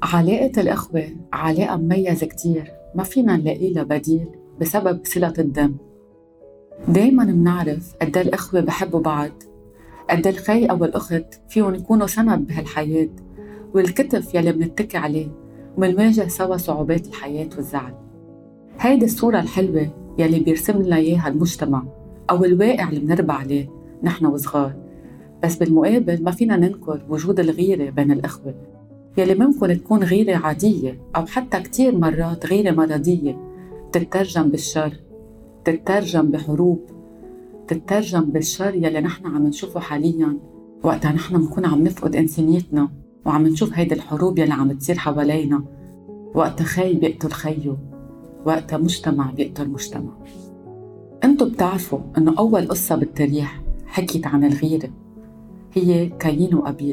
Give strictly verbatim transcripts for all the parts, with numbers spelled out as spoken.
علاقة الأخوة علاقة مميزة كتير، ما فينا نلاقي لها بديل بسبب صلة الدم. دايماً منعرف قد ايه الأخوة بحبوا بعض، قد ايه الخي أو الأخت فيهم يكونوا سند بهالحياة والكتف يلي منتكي عليه ومنواجه سوا صعوبات الحياة والزعل. هيدي الصورة الحلوة يلي بيرسم لنا إياها المجتمع أو الواقع اللي بنربى عليه نحن وصغار. بس بالمقابل ما فينا ننكر وجود الغيرة بين الأخوة يلي ممكن تكون غيرة عادية أو حتى كتير مرات غيرة مرضية، تترجم بالشر، تترجم بحروب، تترجم بالشر يلي نحن عم نشوفه حالياً وقتها نحن نكون عم نفقد إنسانيتنا وعم نشوف هيدي الحروب يلي عم تصير حوالينا، وقتها خي بيقتل خيه، وقتها مجتمع بيقتل مجتمع. انتو بتعرفوا انه أول قصة بالتاريخ حكيت عن الغيرة هي كايين وأبيل.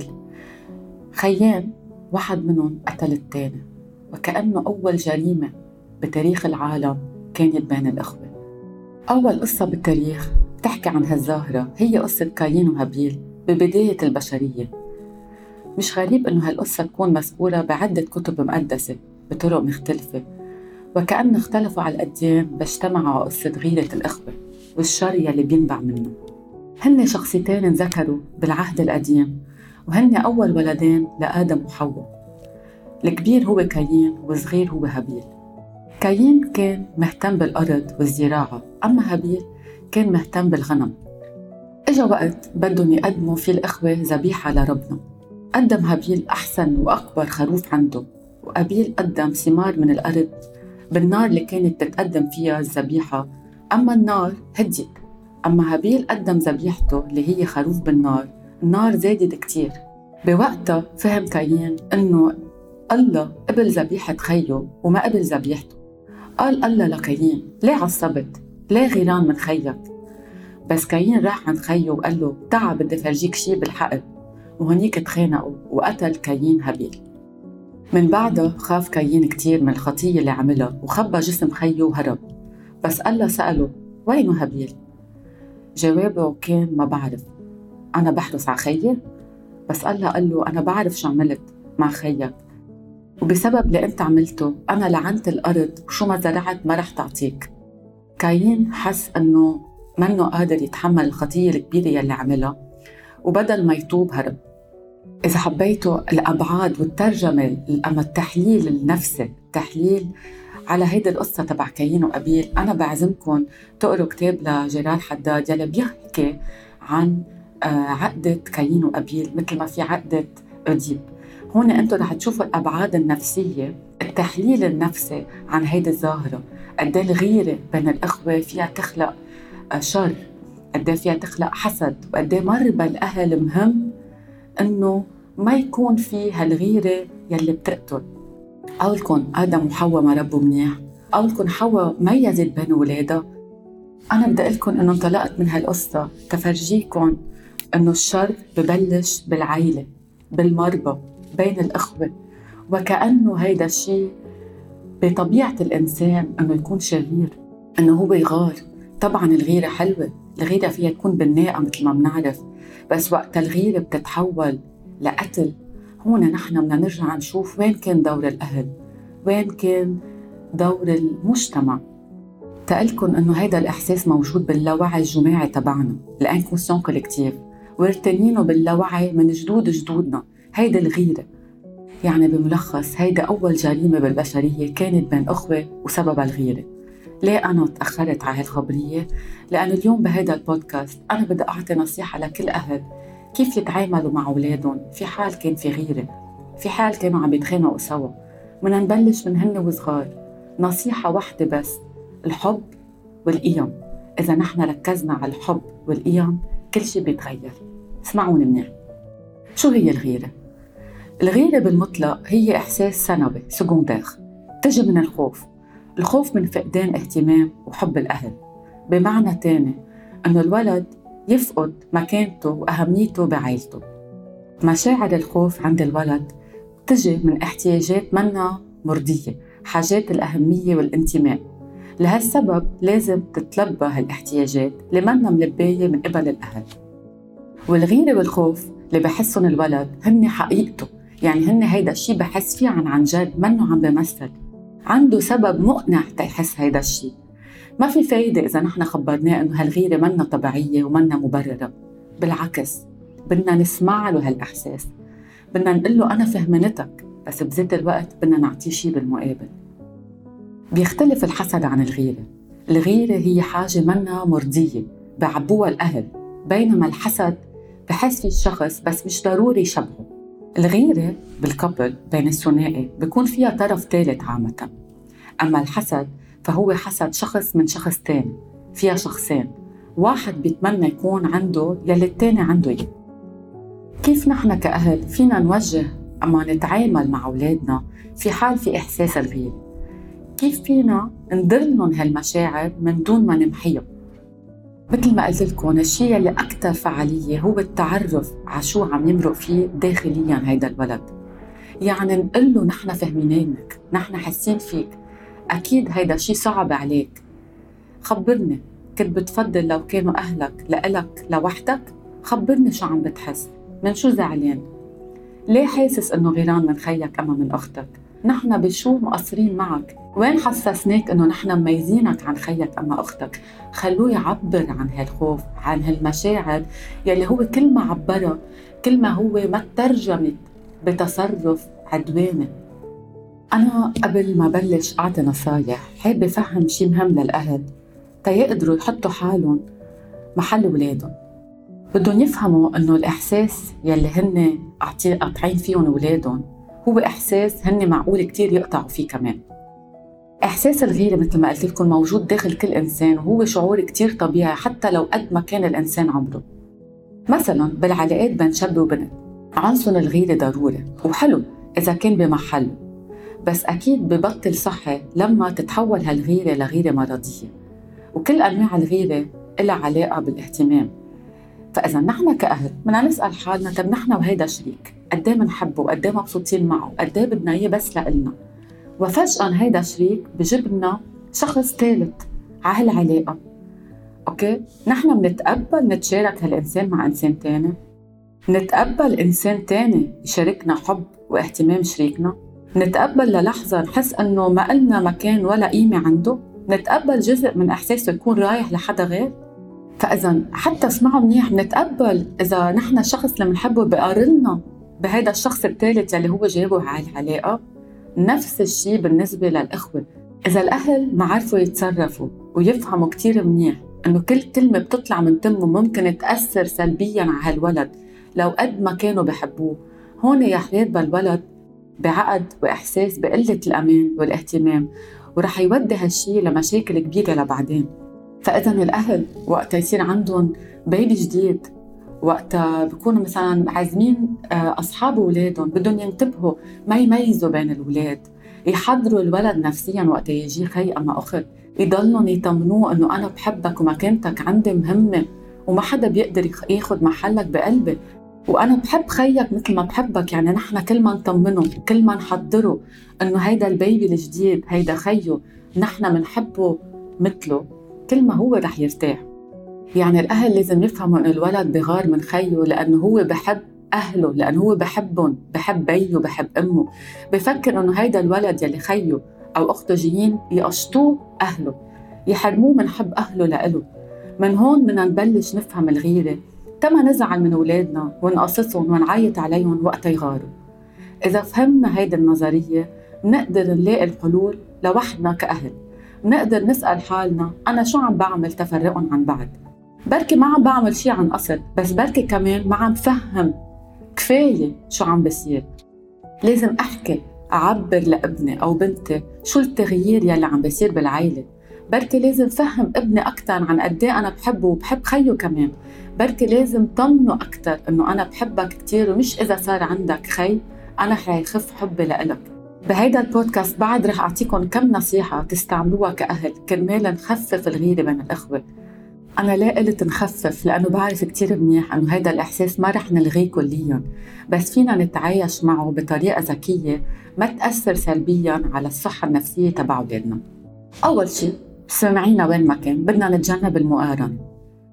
خيان واحد منهم قتل التاني، وكأنه أول جريمة بتاريخ العالم كانت بين الأخوة. أول قصة بالتاريخ بتحكي عن هالظاهرة هي قصة كايين وهابيل ببداية البشرية. مش غريب إنه هالقصة تكون مذكورة بعدة كتب مقدسة بطرق مختلفة، وكأن اختلفوا على الأديان باجتمعوا على قصة غيرة الأخوة والشر يلي بينبع منه. هن شخصيتين انذكروا بالعهد القديم، وهن أول ولدين لآدم وحواء. الكبير هو كايين والصغير هو هابيل. كايين كان مهتم بالأرض والزراعة، أما هابيل كان مهتم بالغنم. إجا وقت بدهم يقدموا فيه الأخوة ذبيحة لربنا. قدم هابيل أحسن وأكبر خروف عنده، وأبيل قدم ثمار من الأرض بالنار اللي كانت تتقدم فيها الذبيحة، أما النار هديت. أما هابيل قدم ذبيحته اللي هي خروف بالنار، النار زادت كتير. بوقتها فهم كايين إنه الله قبل ذبيحة خيه وما قبل ذبيحته. قال الله لكايين: ليه عصبت؟ ليه غيران من خيك؟ بس كايين راح عند خيه وقال له: تعا بدي فرجيك شي بالحقل. وهنيك تخانقوا وقتل كايين هابيل. من بعدها خاف كايين كتير من الخطية اللي عملها وخبى جسم خيه وهرب. بس الله سأله: وينو هابيل؟ جوابه كان: ما بعرف، أنا بحرص على خيي. بس الله قال له: أنا بعرف شو عملت مع خيك، وبسبب اللي أنت عملته أنا لعنت الأرض وشو ما زرعت ما رح تعطيك. كايين حس أنه منه قادر يتحمل الخطية الكبيرة يلي عملها، وبدل ما يتوب هرب. إذا حبيتوا الأبعاد والترجمة أما التحليل النفسي، التحليل على هيدي القصة تبع كايين وأبيل، أنا بعزمكم تقروا كتاب لجيرار حداد يلي بيحكي عن عقدة كايين وأبيل مثل ما في عقدة أديب. هون أنتوا رح تشوفوا الأبعاد النفسية، التحليل النفسي عن هيدي الظاهرة، قد ايه الغيرة بين الأخوة فيها تخلق شر، قد ايه فيها تخلق حسد، وقد ايه مربى الأهل مهم إنه ما يكون في هالغيرة يلي بتقتل. قولكن آدم وحواء ما ربوا منيح، قولكن حواء ميزت بين ولادها. أنا بدي أقولكن إنه انطلقت من هالقصة كفرجيكن إنه الشر ببلش بالعائلة، بالمربى بين الأخوة، وكأنه هيدا الشيء بطبيعة الإنسان إنه يكون شرير، إنه هو يغار. طبعاً الغيرة حلوة، الغيرة فيها تكون بالناقة مثل ما بنعرف، بس وقت الغيرة بتتحول لقتل، هون نحن بدنا نرجع نشوف وين كان دور الأهل، وين كان دور المجتمع. تقلكن إنه هيدا الإحساس موجود باللاوعي الجماعي تبعنا، الانكونسيون كولكتيف، وارتنينه باللاوعي من جدود جدودنا. هيدا الغيرة يعني بملخص هيدا أول جريمة بالبشرية كانت بين أخوة وسبب الغيرة. ليه أنا تأخرت على هالخبرية؟ لأن اليوم بهيدا البودكاست أنا بدي أعطي نصيحة لكل أهل كيف يتعاملوا مع أولادهم في حال كان في غيرة، في حال كانوا عم يتخانقوا سوا. بدنا نبلش من هن وصغار. نصيحة واحدة بس: الحب والقيم. إذا نحن ركزنا على الحب والقيم كل شيء بيتغير. اسمعوني منيح. شو هي الغيرة؟ الغيرة بالمطلق هي إحساس ثانوي سكوندير، تجي من الخوف. الخوف من فقدان اهتمام وحب الأهل. بمعنى تاني أنه الولد يفقد مكانته وأهميته بعائلته. مشاعر الخوف عند الولد تجي من احتياجات منا مرضية، حاجات الأهمية والانتماء. لهالسبب لازم تتلبى هالاحتياجات اللي منا ملبية من قبل الأهل. والغيرة والخوف اللي بحسن الولد هن حقيقته، يعني هن هيدا الشي بحس فيه عن عن جد منه عم بمثل، عنده سبب مقنع تيحس هيدا الشي. ما في فايدة إذا نحن خبرناه إنه هالغيرة منا طبيعية ومنا مبررة. بالعكس، بدنا نسمع له هالإحساس، بدنا نقول له أنا فهمنتك، بس بذات الوقت بدنا نعطيه شي بالمقابل. بيختلف الحسد عن الغيرة. الغيرة هي حاجة منا مرضية بعبوها الأهل، بينما الحسد بحس في الشخص بس مش ضروري يشبهه. الغيرة بالكابل بين الثنائي بيكون فيها طرف ثالث عامة، أما الحسد فهو حسد شخص من شخص تاني، فيها شخصين، واحد بيتمنى يكون عنده يلي التاني عنده إيه. كيف نحن كأهل فينا نوجه أما نتعامل مع أولادنا في حال في إحساس الغيرة؟ كيف فينا ندرلهم هالمشاعر من دون ما نمحيها؟ مثل ما قلت لكم، الشيء اللي أكثر فعالية هو التعرف على شو عم يمرق فيه داخلياً هيدا الولد. يعني نقول له نحن فهمينينك، نحن حاسين فيك، أكيد هيدا شيء صعب عليك، خبرني كنت بتفضل لو كانوا أهلك لإلك لوحدك؟ خبرني شو عم بتحس، من شو زعلان، ليه حاسس إنه غيران من خيك أما من أختك، نحن بشو مقصرين معك، وين حسسناك إنه نحن مميزينك عن خيك أما أختك. خلوه يعبر عن هالخوف، عن هالمشاعر يلي هو كل ما عبرها كل ما هو ما ترجمت بتصرف عدواني. أنا قبل ما بلش أعطي نصايح حابة فهم شي مهم للأهل تيقدروا يحطوا حالهم محل ولادهم. بدهم يفهموا إنه الإحساس يلي هن قاطعين فيهم ولادهم هو إحساس هن معقول كتير يقطعوا فيه كمان. إحساس الغيرة مثل ما قلت لكم موجود داخل كل إنسان، وهو شعور كتير طبيعي حتى لو قد ما كان الإنسان عمره. مثلا بالعلاقات بين شاب وبنت عنصر الغيرة ضروري وحلو إذا كان بمحله، بس أكيد ببطل صحي لما تتحول هالغيرة لغيرة مرضية. وكل أنواع الغيرة إلها علاقة بالاهتمام. فإذا نحن كأهل بدنا نسأل حالنا، طب نحن وهيدا شريك قد ايه بنحبه، قد ايه مبسوطين معه، قد ايه بدنا اياه بس لإلنا، وفجأة هيدا شريك بجيب لنا شخص ثالث على هالعلاقة. اوكي، نحن بنتقبل نتشارك هالإنسان مع إنسان تاني؟ نتقبل إنسان تاني يشاركنا حب واهتمام شريكنا؟ نتقبل للحظة نحس إنه ما قلنا مكان ولا قيمة عنده؟ نتقبل جزء من إحساسه يكون رايح لحدا غير؟ فإذا حتى اسمعوا منيح، نتقبل إذا نحن الشخص اللي بنحبه بقارلنا بهذا الشخص الثالث اللي هو جابه على العلاقة. نفس الشيء بالنسبة للإخوة. إذا الأهل ما عرفوا يتصرفوا ويفهموا كتير منيح إنه كل كلمة بتطلع من تمه ممكن تأثر سلبياً على هالولد لو قد ما كانوا بحبوه، هون يا حياة بالولد بعقد وإحساس بقلة الأمان والاهتمام، ورح يودي هالشي لمشاكل كبيرة لبعدين. فإذا الأهل وقت يصير عندهم بيبي جديد، وقت بيكونوا مثلا عازمين أصحاب أولادهم، بدهم ينتبهوا ما يميزوا بين الأولاد، يحضروا الولد نفسيا وقت يجي خي أما أخت، يضلون يطمنوه إنه أنا بحبك ومكانتك عندي مهمة وما حدا بيقدر ياخد محلك بقلبي، وأنا بحب خيك مثل ما بحبك. يعني نحن كل ما نطمنه وكل ما نحضره إنه هيدا البيبي الجديد هيدا خيه نحن منحبه مثله، كل ما هو رح يرتاح. يعني الأهل لازم يفهموا إن الولد بغار من خيه لأنه هو بحب أهله، لأنه هو بحبهم، بحب بيه بحب أمه، بفكر إنه هيدا الولد يلي خيه أو أخته جايين يقشطوه أهله، يحرموه من حب أهله لإله. من هون بدنا نبلش نفهم الغيرة، تما نزعل من أولادنا ونقصصهم ونعيط عليهم وقت يغاروا. إذا فهمنا هيدا النظرية نقدر نلاقي الحلول لوحدنا كأهل. نقدر نسأل حالنا أنا شو عم بعمل تفرقهم عن بعض؟ بركي ما عم بعمل شي عن قصد، بس بركي كمان ما عم فهم كفاية شو عم بصير. لازم أحكي أعبر لابني أو بنتي شو التغيير يلي عم بصير بالعائلة. بركي لازم فهم ابني أكتر عن قديه أنا بحبه وبحب خيه كمان. بركي لازم طمنه أكتر إنه أنا بحبك كتير، ومش إذا صار عندك خي أنا حيخف حبي لإلك. بهيدا البودكاست بعد رح أعطيكم كم نصيحة تستعملوها كأهل كرمال نخفف الغيرة بين الأخوة. أنا لا قلت نخفف لأنه بعرف كتير منيح أنه هيدا الإحساس ما رح نلغيه كلياً، بس فينا نتعايش معه بطريقة ذكية ما تأثر سلبياً على الصحة النفسية تبع أولادنا. أول شيء سمعينا وين ما كان بدنا نتجنب المقارنة.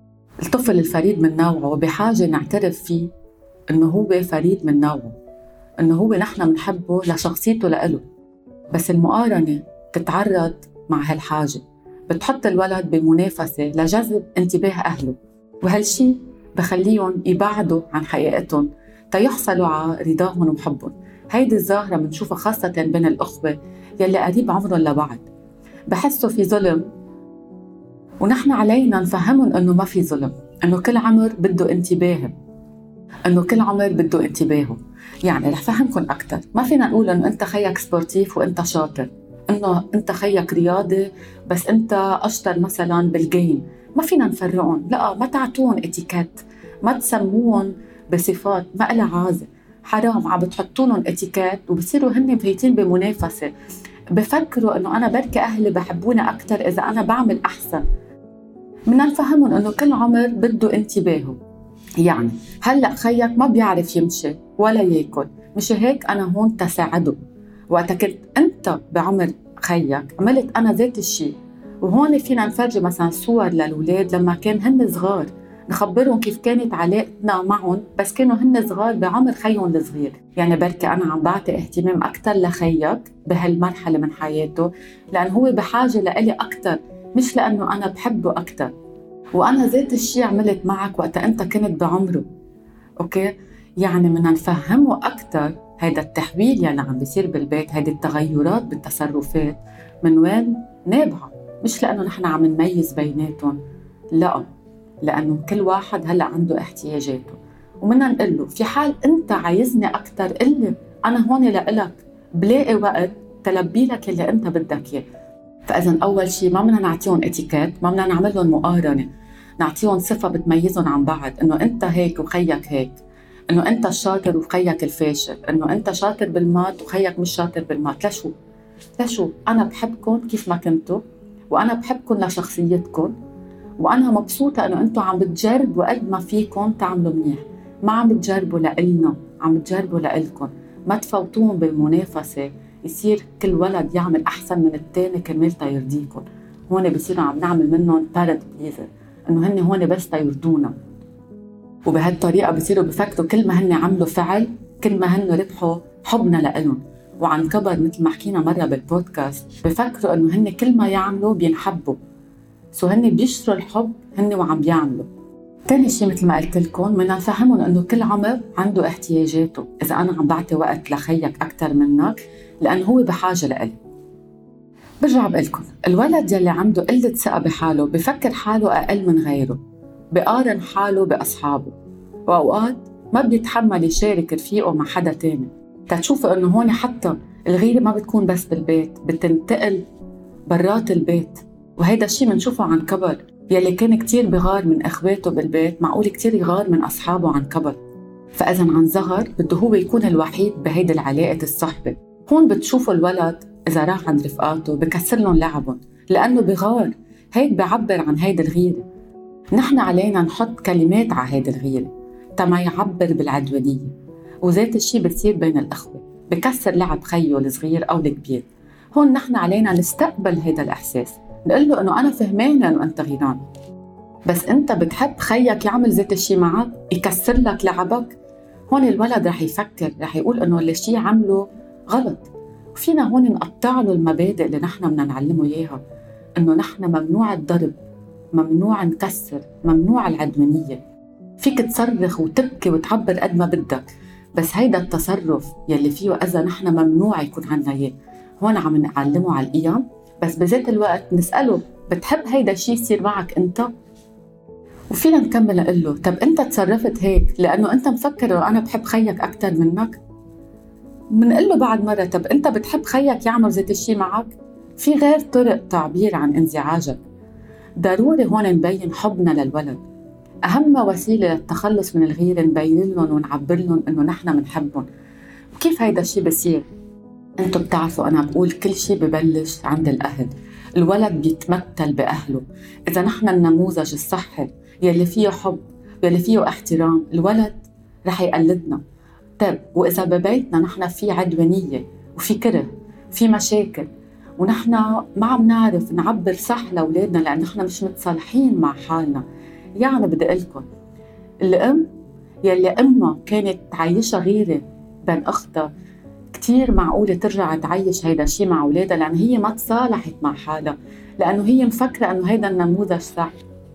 الطفل الفريد من نوعه بحاجة نعترف فيه أنه هو فريد من نوعه، إنه هو نحن منحبه لشخصيته لإله، بس المقارنة تتعرض مع هالحاجة، بتحط الولد بمنافسة لجذب انتباه أهله، وهالشي بخليهم يبعدوا عن حقيقتهم تيحصلوا على رضاهم وحبهم. هيدي الظاهرة منشوفها خاصة بين الأخوة يلي قريب عمرهم لبعض، بحسوا في ظلم، ونحن علينا نفهمهم إنه ما في ظلم، إنه كل عمر بده انتباه، إنه كل عمر بده انتباهه. يعني رح فهمكم أكتر، ما فينا نقول إنه أنت خيك سبورتيف وأنت شاطر، إنه أنت خيك رياضي بس أنت أشطر مثلاً بالجيم، ما فينا نفرقهم. لا، ما تعطون اتيكيت، ما تسموهم بصفات ما إلها عازة، حرام. عم بتحطولهم اتيكيت وبصيروا هن بهيتين بمنافسة، بفكروا إنه أنا بركي أهلي بحبوني أكتر إذا أنا بعمل أحسن. بدنا نفهمهم إنه كل عمر بده انتباهه. يعني هلأ خيك ما بيعرف يمشي ولا ياكل، مش هيك أنا هون تساعده. وقتا كنت أنت بعمر خيك عملت أنا ذات الشيء. وهون فينا نفرجي مثلا صور للولاد لما كان هن صغار، نخبرهم كيف كانت علاقتنا معهم بس كانوا هن صغار بعمر خيهم الصغير. يعني بركي أنا عم بعطي اهتمام أكتر لخيك بهالمرحلة من حياته لأن هو بحاجة لإلي أكتر، مش لأنه أنا بحبه أكتر. وأنا ذات الشيء عملت معك وقت أنت كنت بعمره. أوكي؟ يعني بدنا نفهمه أكتر هيدا التحويل يعني عم بيصير بالبيت، هيدي التغيرات بالتصرفات من وين نابعة، مش لأنه نحن عم نميز بيناتهم، لا، لأنه كل واحد هلأ عنده احتياجاته. ومنا نقول له في حال أنت عايزني أكتر قلي، أنا هون لإلك، بلاقي وقت تلبي لك اللي أنت بدك إياه. فإذا أول شيء ما بدنا نعطيهم اتيكيت، ما بدنا نعمل لهم مقارنة، نعطيهم صفة بتميزهم عن بعض، إنه أنت هيك وخيك هيك، إنه أنت الشاطر وخيك الفاشل، إنه أنت شاطر بالمات وخيك مش شاطر بالمات. لشو؟ لشو؟ أنا بحبكم كيف ما كنتوا، وأنا بحبكم لشخصيتكم، وأنا مبسوطة إنه أنتوا عم بتجربوا قد ما فيكم تعملوا منيح، ما عم بتجربوا لإلنا، عم بتجربوا لإلكم. ما تفوتون بالمنافسة يصير كل ولد يعمل أحسن من التاني كرمال تيرضيكم. هون بصيروا عم نعمل منهم بارد بليزر، إنه هن هون بس تيرضونا، وبهالطريقة بصيروا بفكروا كل ما هن عملوا فعل كل ما هن ربحوا حبنا لإلهم. وعن كبر مثل ما حكينا مرة بالبودكاست بفكروا إنه هن كل ما يعملوا بينحبوا، سو هن بيشتروا الحب هن وعم بيعملوا. تاني شيء مثل ما قلت لكم بدنا نفهمهم إنه كل عمر عنده احتياجاته. إذا أنا عم بعطي وقت لخيك أكتر منك لأنه هو بحاجة لإلي. برجع بقلكم الولد يلي عنده قلة ثقة بحاله بفكر حاله أقل من غيره، بقارن حاله بأصحابه، وأوقات ما بيتحمل يشارك رفيقه مع حدا تاني. تتشوفوا إنه هون حتى الغيرة ما بتكون بس بالبيت، بتنتقل برات البيت. وهيدا الشيء منشوفه عن كبر، يلي كان كتير بغار من أخواته بالبيت معقول كتير يغار من أصحابه عن كبر. فإذا عن ظهر بده هو يكون الوحيد بهيدي العلاقة الصحبة. هون بتشوفوا الولد إذا راح عند رفقاته بكسر لهم لعبهم لأنه بغار، هيك بعبر عن هيدي الغيرة. نحن علينا نحط كلمات على هيدي الغيرة تما يعبر بالعدوانية. وذات الشيء بتصير بين الأخوة، بكسر لعب خيه الصغير أو الكبير. هون نحن علينا نستقبل هيدا الإحساس، نقول له إنه أنا فهمان إنه أنت غيران، بس أنت بتحب خيك يعمل ذات الشيء معك، يكسر لك لعبك. هون الولد رح يفكر، رح يقول إنه اللي شيء عمله غلط. وفينا هون نقطع له المبادئ اللي نحن بدنا نعلمه إياها، إنه نحن ممنوع الضرب، ممنوع نكسر، ممنوع العدوانية. فيك تصرخ وتبكي وتعبر قد ما بدك، بس هيدا التصرف يلي فيه أذى نحن ممنوع يكون عنا إياه. هون عم نعلمه على القيم، بس بذات الوقت نسأله بتحب هيدا الشيء يصير معك أنت؟ وفينا نكمل نقول له طب أنت تصرفت هيك لأنه أنت مفكر أنا بحب خيك أكتر منك؟ منقول له بعد مرة طب أنت بتحب خيك يعمل ذات الشيء معك؟ في غير طرق تعبير عن انزعاجك. ضروري هون نبين حبنا للولد. أهم وسيلة للتخلص من الغيرة نبين لهم ونعبر لهم إنه نحن منحبهم. وكيف هيدا الشيء بصير؟ أنتوا بتعرفوا أنا بقول كل شيء ببلش عند الأهل. الولد بيتمثل بأهله. إذا نحن النموذج الصحي يلي فيه حب يلي فيه احترام، الولد رح يقلدنا. طيب وإذا ببيتنا نحن في عدوانية وفي كره وفي مشاكل ونحن ما عم نعرف نعبر صح لأولادنا لأن نحن مش متصالحين مع حالنا، يعني بدي أقلكم الأم يلي أمها كانت عايشة غيرة بين أختها كتير معقولة ترجع تعيش هيدا الشي مع أولادها، لأن هي ما تصالحت مع حالها، لأنه هي مفكرة أنه هيدا النموذج صح.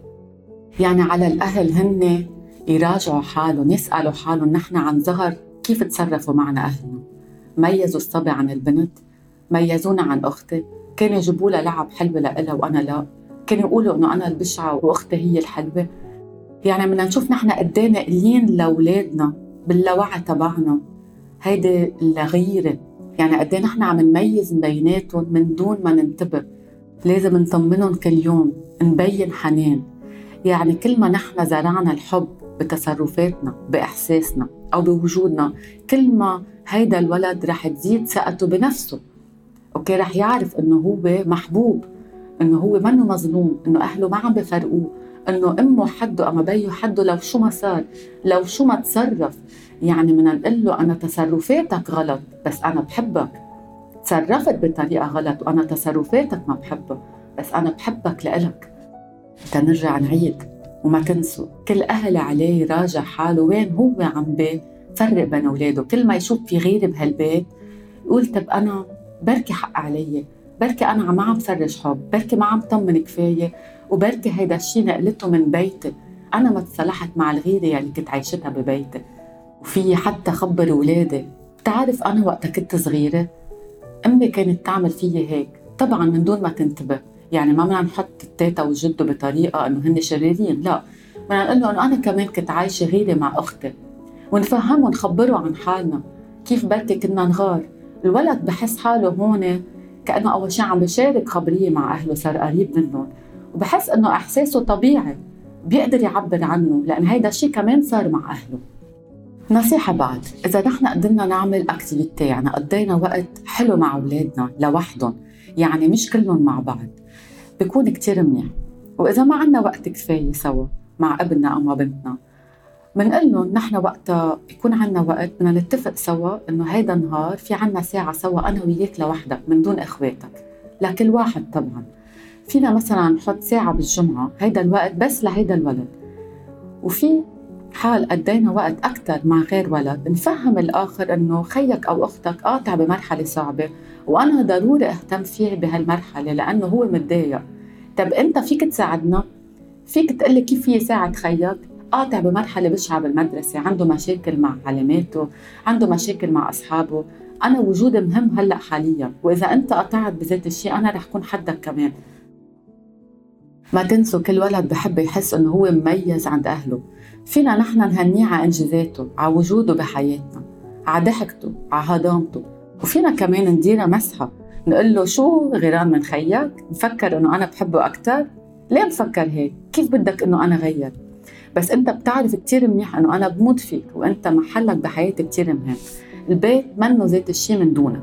يعني على الأهل هن يراجعوا حالهم، يسألوا حالهم نحن عن ظهر كيف تصرفوا معنا أهلنا. ميزوا الصبي عن البنت، ميزونا عن أختي، كانوا يجيبوا لها لعب حلوة لإلها وأنا لا، كانوا يقولوا أنه أنا البشعة وأختي هي الحلوة. يعني بدنا نشوف نحن قدينا قليين لأولادنا باللاوعي تبعنا هيدي الغيرة، يعني قدينا نحن عم نميز بيناتهم من دون ما ننتبه. لازم نطمنهم كل يوم، نبين حنان. يعني كل ما نحن زرعنا الحب بتصرفاتنا بإحساسنا أو بوجودنا، كل ما هيدا الولد رح تزيد ثقته بنفسه. أوكي، رح يعرف إنه هو محبوب، إنه هو منه مظلوم، إنه أهله ما عم بفرقوه، إنه أمه حده أما بيه حده لو شو ما صار، لو شو ما تصرف. يعني بدنا نقول له أنا تصرفاتك غلط بس أنا بحبك، تصرفت بطريقة غلط وأنا تصرفاتك ما بحبها بس أنا بحبك لإلك. تنرجع نعيد وما تنسوا كل أهل عليه يراجع حاله وين هو عم بفرق بين أولاده. كل ما يشوف في غيري بهالبيت يقول طب أنا بركي حق علي، بركي أنا عم عم فرج حب، بركي ما عم طمن كفاية، وبركي هيدا الشي نقلته من بيتي، أنا ما تصلحت مع الغيرة يلي كنت عايشتها ببيتي. وفي حتى خبر أولادي، بتعرف أنا وقت كنت صغيرة أمي كانت تعمل فيي هيك، طبعاً من دون ما تنتبه. يعني ما بدنا نحط التيتا وجده بطريقة أنه هن شريرين، لا، بدنا نقول له أنه أنا كمان كنت عايشة غيرة مع أختي، ونفهمه ونخبره عن حالنا كيف بركي كنا نغار. الولد بحس حاله هون كأنه أول شيء عم بشارك خبرية مع أهله، صار قريب منهم، وبحس أنه إحساسه طبيعي بيقدر يعبر عنه، لأن هيدا الشيء كمان صار مع أهله. نصيحة بعد، إذا نحن قدرنا نعمل أكتيفيتي، يعني قضينا وقت حلو مع أولادنا لوحدهم، يعني مش كلهم مع بعض، بيكون كتير منيح. وإذا ما عنا وقت كفاية سوا مع ابننا أو مع بنتنا، منقول لهم نحن وقتها يكون عنا وقت بدنا نتفق سوا إنه هيدا النهار في عنا ساعة سوا أنا وياك لوحدك من دون إخواتك، لكل واحد طبعاً. فينا مثلاً نحط ساعة بالجمعة هيدا الوقت بس لهيدا الولد. وفي حال قدينا وقت أكتر مع غير ولد، نفهم الآخر إنه خيك أو أختك قاطع بمرحلة صعبة وأنا ضروري أهتم فيه بهالمرحلة لأنه هو متضايق. طب أنت فيك تساعدنا؟ فيك تقلي كيف فيه ساعد خيك قاطع بمرحلة بشعة بالمدرسة، عنده مشاكل مع علاماته، عنده مشاكل مع أصحابه، أنا وجودي مهم هلأ حاليا، وإذا أنت قطعت بذات الشيء أنا رح كون حدك كمان. ما تنسوا كل ولد بحب يحس إنه هو مميز عند أهله. فينا نحن نهنيه على إنجازاته، على وجوده بحياتنا، على ضحكته، على هضامته. وفينا كمان نديره مسحة، نقول له شو غيران من خيك؟ مفكر إنه أنا بحبه أكتر؟ ليه مفكر هيك؟ كيف بدك إنه أنا غير؟ بس أنت بتعرف كتير منيح إنه أنا بموت فيك وأنت محلك بحياتي كتير مهم. البيت منه ذات الشي من دونه.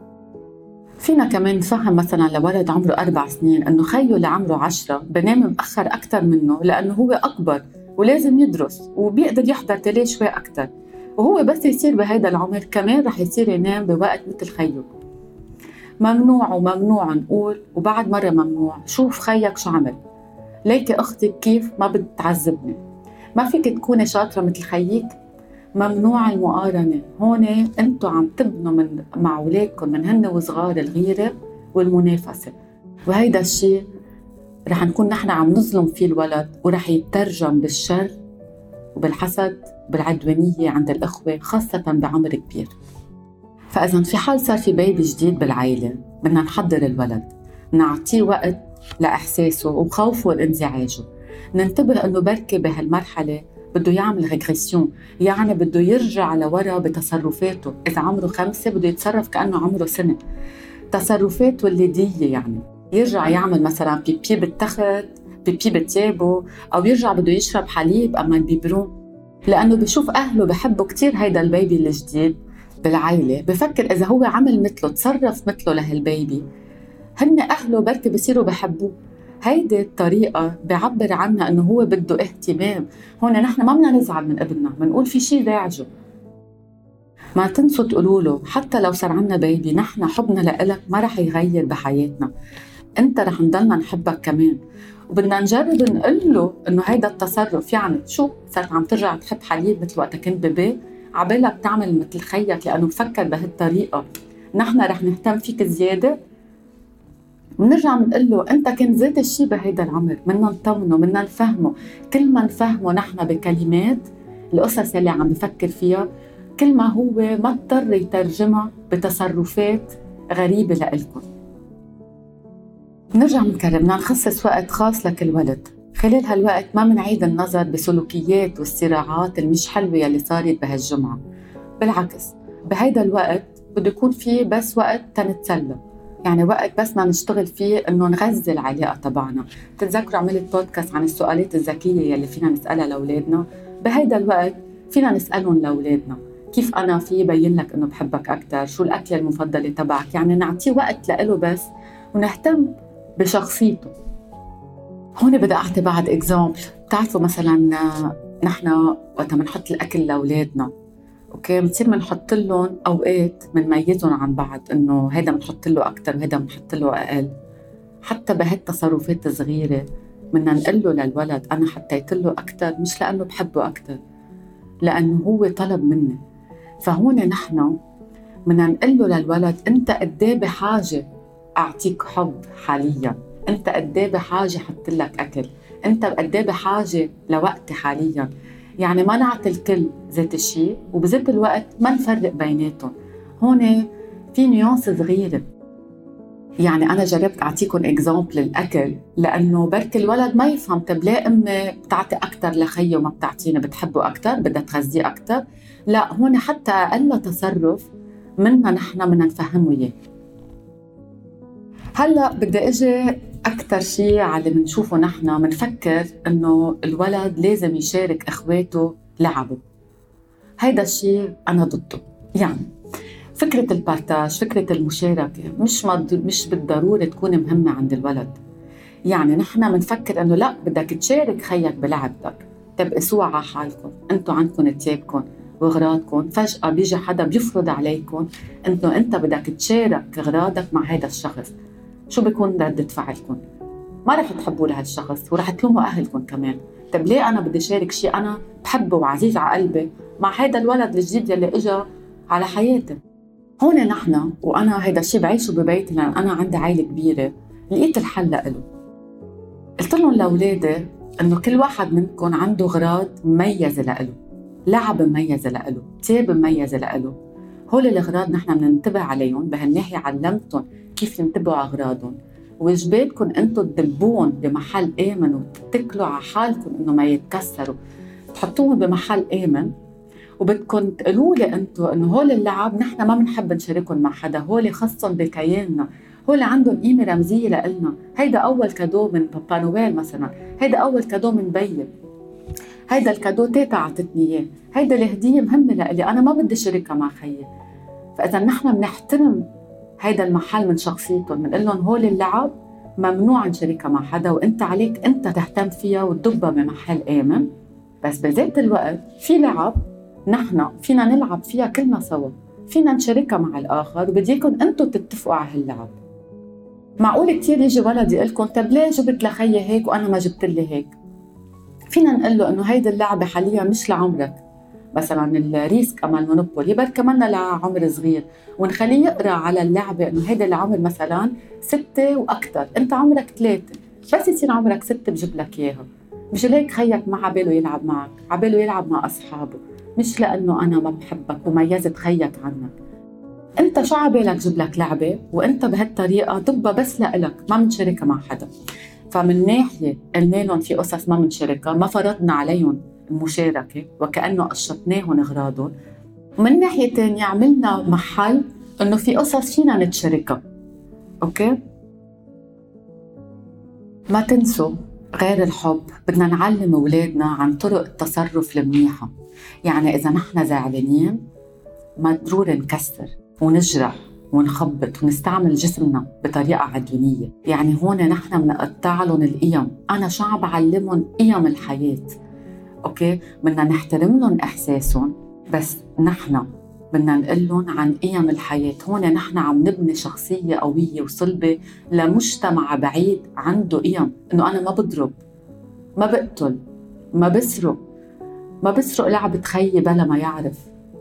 فينا كمان نفهم مثلا لولد عمره أربع سنين إنه خيه اللي عمره عشرة بنام مأخر أكتر منه لأنه هو أكبر ولازم يدرس وبيقدر يحضر تليه شوي أكتر، وهو بس يصير بهيدا العمر كمان رح يصير ينام بوقت مثل خيه. ممنوع وممنوع نقول وبعد مرة ممنوع شوف خيك شو عمل، ليكي أختك كيف ما بتعذبني، ما فيك تكوني شاطرة مثل خيك. ممنوع المقارنة، هون انتوا عم تبنوا من مع أولادكم من هن وصغار الغيرة والمنافسة، وهيدا الشيء رح نكون نحن عم نظلم فيه الولد ورح يترجم بالشر وبالحسد بالعدوانية عند الأخوة خاصة بعمر كبير. فإذا في حال صار في بيبي جديد بالعائلة بدنا نحضر الولد، نعطيه وقت لإحساسه وخوفه وانزعاجه، ننتبه إنه بركي بهالمرحلة بده يعمل ريغريسيون، يعني بده يرجع لورا بتصرفاته. إذا عمره خمسة بده يتصرف كأنه عمره سنة، تصرفاته الليدية، يعني يرجع يعمل مثلا بيبي بالتخت، بيبي بتيابه، أو يرجع بده يشرب حليب أما البيبرون، لأنه بشوف أهله بحبوا كتير هيدا البيبي الجديد بالعائلة، بفكر إذا هو عمل مثله تصرف مثله لهالبيبي هن أهله بركي بصيروا بحبوه. هيدي الطريقة بعبر عنها إنه هو بده اهتمام. هون نحن ما بدنا نزعل من ابننا، بنقول في شيء داعجه. ما تنسوا تقولوا له حتى لو صار عنا بيبي نحن حبنا لإلك ما رح يغير بحياتنا، أنت رح نضلنا نحبك كمان. وبدنا نجرب نقول له إنه هيدا التصرف، يعني شو صارت عم ترجع تحب حليب مثل وقت كنت بيبي، عبالك تعمل مثل خيك لأنه بفكر بهالطريقة نحن رح نهتم فيك زيادة. بنرجع بنقول له أنت كنت ذات الشيء بهيدا العمر، بدنا نطمنه، بدنا نفهمه. كل ما نفهمه نحن بكلمات القصص اللي عم بفكر فيها، كل ما هو ما اضطر يترجمها بتصرفات غريبة لإلكم. نرجع بنكرر، بدنا نخصص وقت خاص لكل ولد. خلال هالوقت ما منعيد النظر بسلوكيات والصراعات المش حلوة يلي صارت بهالجمعة. بالعكس، بهيدا الوقت بده يكون فيه بس وقت تنتسلى، يعني وقت بس ما نشتغل فيه إنه نغذي العلاقة تبعنا. تتذكروا عملت بودكاست عن السؤالات الذكية يلي فينا نسألها لأولادنا. بهيدا الوقت فينا نسألهم لأولادنا كيف أنا في بين لك إنه بحبك أكتر، شو الأكلة المفضلة تبعك، يعني نعطيه وقت لإله بس ونهتم بشخصيته. هون بدي أعطي بعد إكزامبل. بتعرفوا مثلاً نحن وقت منحط الأكل لأولادنا، أوكي، بنصير منحط لهم أوقات منميزهم عن بعض، إنه هيدا منحط له أكتر وهيدا منحط له أقل. حتى بهالتصرفات الصغيرة بدنا نقول له للولد أنا حطيت له أكتر مش لأنه بحبه أكتر، لأنه هو طلب مني. فهون نحن بدنا نقول له للولد أنت قديه بحاجة أعطيك حب حالياً، أنت قديه بحاجة حط لك أكل، أنت قديه بحاجة لوقت حالياً. يعني ما نعطي الكل ذات الشيء وبذات الوقت ما نفرق بيناتهم. هون في نيانس صغيرة. يعني أنا جربت أعطيكم إكزامبل الأكل لأنه برك الولد ما يفهم، طب ليه أمي بتعطي أكتر لخيه وما بتعطيني، بتحبه أكتر، بدها تغذيه أكتر؟ لا، هون حتى أقل تصرف منا نحن بدنا نفهمه إياه. هلأ بدي أجي أكتر شيء على اللي بنشوفه نحن، بنفكر إنه الولد لازم يشارك إخواته لعبه. هيدا الشيء أنا ضده. يعني فكرة البارتاج، فكرة المشاركة مش مش بالضرورة تكون مهمة عند الولد. يعني نحن بنفكر إنه لا، بدك تشارك خيك بلعبتك. طب قسوها على حالكم، أنتوا عندكم تيابكم وغراضكم، فجأة بيجي حدا بيفرض عليكم إنه أنت بدك تشارك غراضك مع هذا الشخص. شو بيكون ردة فعلكم؟ ما رح تحبوا لهالشخص ورح تلوموا أهلكم كمان. طب ليه أنا بدي شارك شيء أنا بحبه وعزيز على قلبي مع هيدا الولد الجديد يلي إجا على حياتي؟ هون نحن، وأنا هيدا الشيء بعيشه ببيتي لأن أنا عندي عائلة كبيرة، لقيت الحل له. قلت لهم لأولادي إنه كل واحد منكم عنده غراض مميزة لإله، لعب مميزة لإله، تياب مميزة لإله. هول الأغراض نحن بننتبه عليهم. بهالناحية علمتهم كيف ينتبهوا على أغراضهم. واجباتكم أنتوا تدبوهم بمحل آمن وتتكلوا على حالكم إنه ما يتكسروا، تحطوهم بمحل آمن. وبدكم تقولوا لي أنتوا إنه هول اللعب نحن ما بنحب نشاركهم مع حدا، هول خاصهم بكياننا، هول عندهم قيمة رمزية لإلنا. هيدا أول كادو من بابا نويل مثلا، هيدا أول كادو من بيي، هيدا الكادو تيتا عطتني إياه، هيدا الهدية مهمة لإلي، أنا ما بدي شاركها مع خيي. فإذا نحن بنحترم هيدا المحل من شخصيتهم، بنقول لهم هول اللعب ممنوع نشاركها مع حدا، وانت عليك انت تهتم فيها وتدبها بمحل آمن. بس بذات الوقت في لعب نحن فينا نلعب فيها كلنا سوا، فينا نشاركها مع الآخر، وبديكم انتوا تتفقوا على هاللعب. معقول كتير يجي ولد يقلكم طب ليه جبت لخي هيك وأنا ما جبت لي هيك؟ فينا نقول له إنه هيدا اللعبة حاليا مش لعمرك. مثلا الريسك أما المونوبولي بركة منا لعمر صغير، ونخليه يقرأ على اللعبة إنه هيدا العمر مثلا ستة وأكتر، أنت عمرك ثلاثة، بس يصير عمرك ستة بجيب لك إياها. مش ليك خيك ما عباله يلعب معك، عباله يلعب مع أصحابه، مش لأنه أنا ما بحبك وميزت خيك عنك. أنت شو عبالك جيب لك لعبة وأنت بهالطريقة ضبها بس لإلك، ما منشاركها مع حدا. فمن ناحية قلنا لهم في قصص ما منشاركها، ما فرضنا عليهم المشاركة وكأنه قشطناهم أغراضهم. ومن ناحية تانية عملنا محل إنه في قصص فينا نتشاركها. أوكي؟ ما تنسوا غير الحب بدنا نعلم أولادنا عن طرق التصرف المنيحة. يعني إذا نحن زعلانين ما ضروري نكسر ونجرح ونخبط ونستعمل جسمنا بطريقة عدوانية. يعني هون نحن بنقطع لهم القيم. أنا شو عم بعلمهم؟ قيم الحياة. أوكي؟ بدنا نحترم لهم إحساسهم، بس نحن بدنا نقول لهم عن قيم الحياة. هون نحن عم نبني شخصية قوية وصلبة لمجتمع بعيد عنده قيم، إنه أنا ما بضرب، ما بقتل، ما بسرق، ما بسرق لعبة خيي بلا ما يعرف.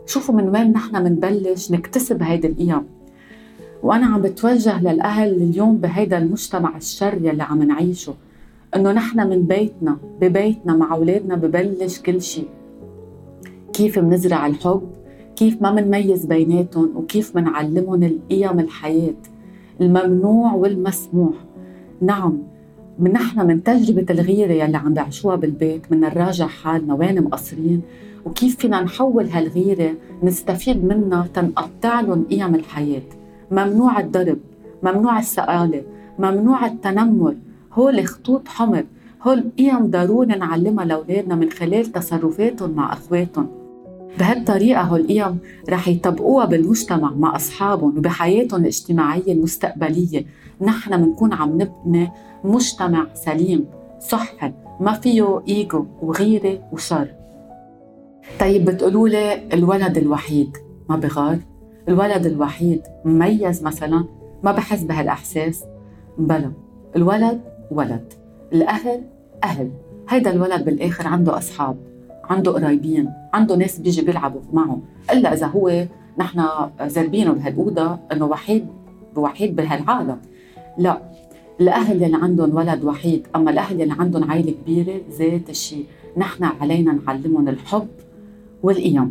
شوفوا من وين نحن منبلش نكتسب هيدي القيم. وأنا عم بتوجه للأهل اليوم بهيدا المجتمع الشر يلي عم نعيشه، إنه نحن من بيتنا ببيتنا مع أولادنا ببلش كل شيء. كيف منزرع الحب، كيف ما منميز بيناتهم، وكيف منعلمهم القيم الحياة، الممنوع والمسموح. نعم، من نحن من تجربة الغيرة يلي عم بعيشوها بالبيت من نراجع حالنا وين مقصرين، وكيف فينا نحول هالغيرة نستفيد منها تنقطع لهم قيم الحياة. ممنوع الضرب، ممنوع السآلة، ممنوع التنمر. هول خطوط حمر، هول قيم ضروري نعلمها لأولادنا من خلال تصرفاتهم مع أخواتهم. بهالطريقة هول قيم رح يطبقوها بالمجتمع مع أصحابهم وبحياتهم الاجتماعية المستقبلية. نحن منكون عم نبني مجتمع سليم صحي ما فيه إيجو وغيرة وشر. طيب بتقولوا لي الولد الوحيد ما بغار؟ الولد الوحيد مميز مثلا ما بحس بهالأحساس؟ بلا، الولد ولد، الأهل أهل. هيدا الولد بالآخر عنده أصحاب، عنده قرايبين، عنده ناس بيجي بيلعبوا معه، إلا إذا هو نحن زربينه بهالأوضة إنه وحيد بوحيد بهالعالم. لا، الأهل اللي عندهم ولد وحيد، أما الأهل اللي عندهم عائلة كبيرة ذات الشيء. نحن علينا نعلمهم الحب والقيم.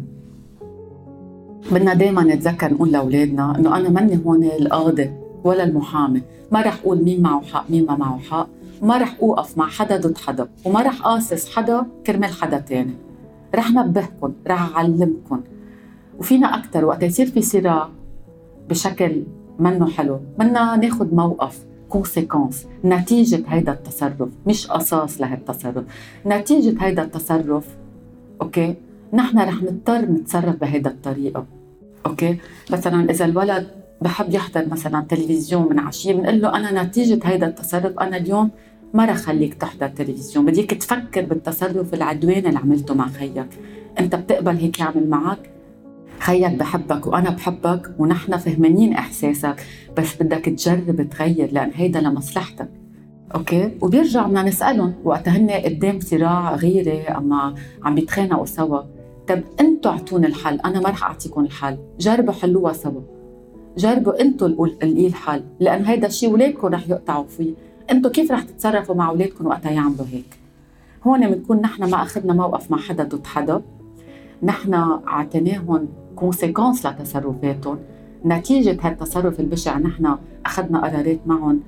بدنا دايما نتذكر نقول لأولادنا إنه أنا مني هون القاضي ولا المحامي، ما رح أقول مين معه حق مين ما معه حق، وما رح أوقف مع حدا ضد حدا، وما رح قاصص حدا كرمال حدا تاني. رح نبهكم، رح أعلمكم. وفينا أكتر وقت يصير في صراع بشكل منه حلو بدنا ناخد موقف، كونسيكونس، نتيجة هيدا التصرف، مش أساس لهالتصرف، نتيجة هيدا التصرف. أوكي، نحن رح نضطر نتصرف بهيدا الطريقة. أوكي، مثلا إذا الولد بحب يحضر مثلا تلفزيون من عشية، بنقول له أنا نتيجة هيدا التصرف أنا اليوم ما رح خليك تحضر تلفزيون، بديك تفكر بالتصرف العدوان اللي عملته مع خيك. أنت بتقبل هيك يعمل معك؟ خيك بحبك وأنا بحبك ونحن فهمانين إحساسك، بس بدك تجرب تغير لأن هيدا لمصلحتك. أوكي، وبيرجع بدنا نسألهم وقت هن قدام صراع غيرة أما عم بيتخانقوا سوا، طب أنتوا اعطوني الحل، أنا ما رح أعطيكم الحل، جربوا حلوها سوا، جربوا أنتوا القي الحل، لأن هيدا الشيء ولادكم رح يقطعوا فيه. أنتوا كيف رح تتصرفوا مع ولادكم وقتها يعملوا هيك؟ هون بنكون نحن ما أخذنا موقف مع حدا ضد حدا، نحن عطيناهم كونسيكونس لتصرفاتهم. نتيجة هالتصرف البشع نحن أخذنا قرارات معهم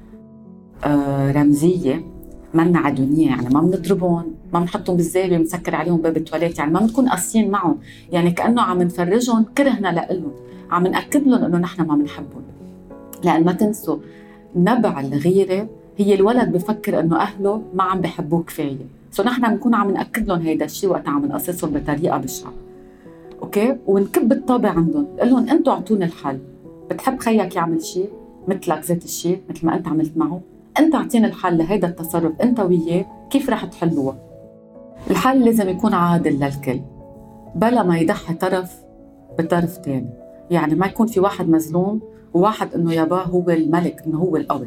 آه رمزية، منا عدونية، يعني ما بنضربهم، ما بنحطهم بالزاوية، بنسكر عليهم باب التواليت، يعني ما بنكون قاسيين معهم، يعني كأنه عم نفرجهم كرهنا لإلهم، عم نأكد لهم إنه نحن ما بنحبهم. لأن ما تنسوا نبع الغيرة هي الولد بفكر إنه أهله ما عم بحبوه كفاية، سو نحن بنكون عم نأكد لهم هيدا الشيء وقت عم نقصصهم بطريقة بشعة. أوكي، ونكب الطابع عندهم، نقول لهم أنتوا اعطوني الحل. بتحب خيك يعمل شيء مثلك ذات الشيء مثل ما أنت عملت معه؟ أنت اعطيني الحل لهيدا التصرف أنت وياه، كيف رح تحلوه؟ الحل لازم يكون عادل للكل، بلا ما يضحي طرف بطرف تاني، يعني ما يكون في واحد مظلوم وواحد إنه ياباه هو الملك، إنه هو القوي.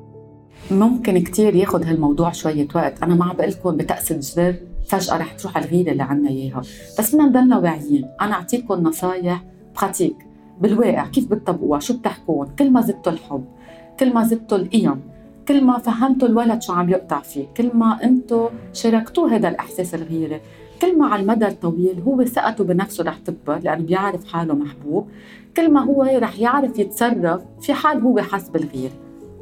ممكن كتير ياخد هالموضوع شوية وقت، أنا ما عم بقلكم بتأسد زر فجأة رح تروح الغيرة اللي عنا إياها، بس بدنا نضلنا واعيين. أنا أعطيكم نصايح براتيك بالواقع كيف بتطبقوها، شو بتحكون، كل ما زدتوا الحب، كل ما زدتوا القيم، كل ما فهمتوا الولد شو عم يقطع فيه، كل ما أنتوا شاركتوه هذا الإحساس الغيرة، كل ما على المدى الطويل هو ثقته بنفسه رح تكبر لأنه بيعرف حاله محبوب، كل ما هو رح يعرف يتصرف في حال هو حس بالغير.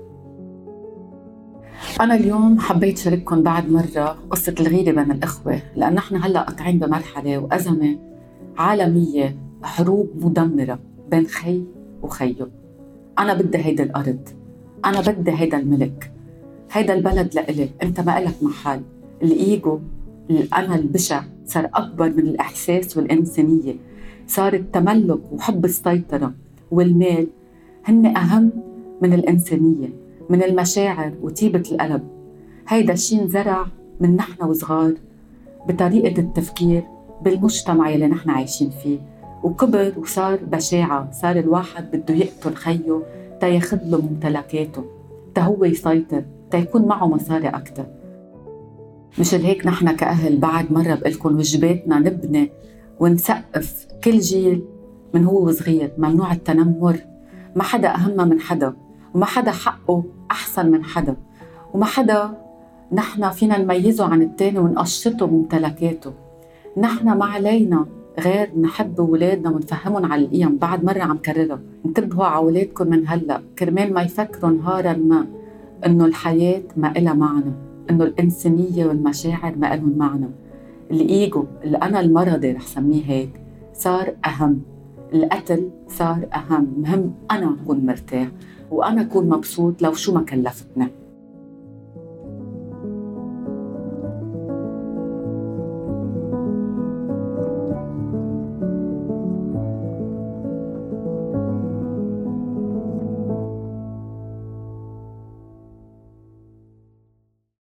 أنا اليوم حبيت شارككم بعد مرة قصة الغيرة بين الإخوة، لأن نحن هلأ قاطعين بمرحلة وأزمة عالمية، حروب مدمرة بين خي وخيه. أنا بدي هيدا الأرض، أنا بدي هيدا الملك، هيدا البلد لإلي، أنت ما إلك محل. الإيجو، الأنا البشع صار أكبر من الإحساس والإنسانية، صار التملك وحب السيطرة والمال هن أهم من الإنسانية، من المشاعر وطيبة القلب. هيدا الشيء انزرع من نحن وصغار بطريقة التفكير بالمجتمع اللي نحن عايشين فيه، وكبر وصار بشاعة، صار الواحد بده يقتل خيه تا ياخد له ممتلكاته، تا هو يسيطر، تا يكون معه مصاري أكتر. مش هيك نحن كأهل بعد مرة بقلكن وجباتنا نبني ونسقف كل جيل من هو صغير. ممنوع التنمر، ما حدا أهم من حدا، وما حدا حقه أحسن من حدا، وما حدا نحن فينا نميزه عن التاني ونقشطه ممتلكاته. نحن ما علينا غير نحب ولادنا ونفهمهم على القيم. بعد مرة عم كررها، انتبهوا على ولادكم من هلأ كرمال ما يفكروا نهارا ما إنه الحياة ما إلها معنى، إنه الإنسانية والمشاعر ما إلهم معنى. الإيجو اللي أنا المرضي رح سميه هيك صار أهم، القتل صار أهم. مهم أنا أكون مرتاح وأنا أكون مبسوط لو شو ما كلفتني.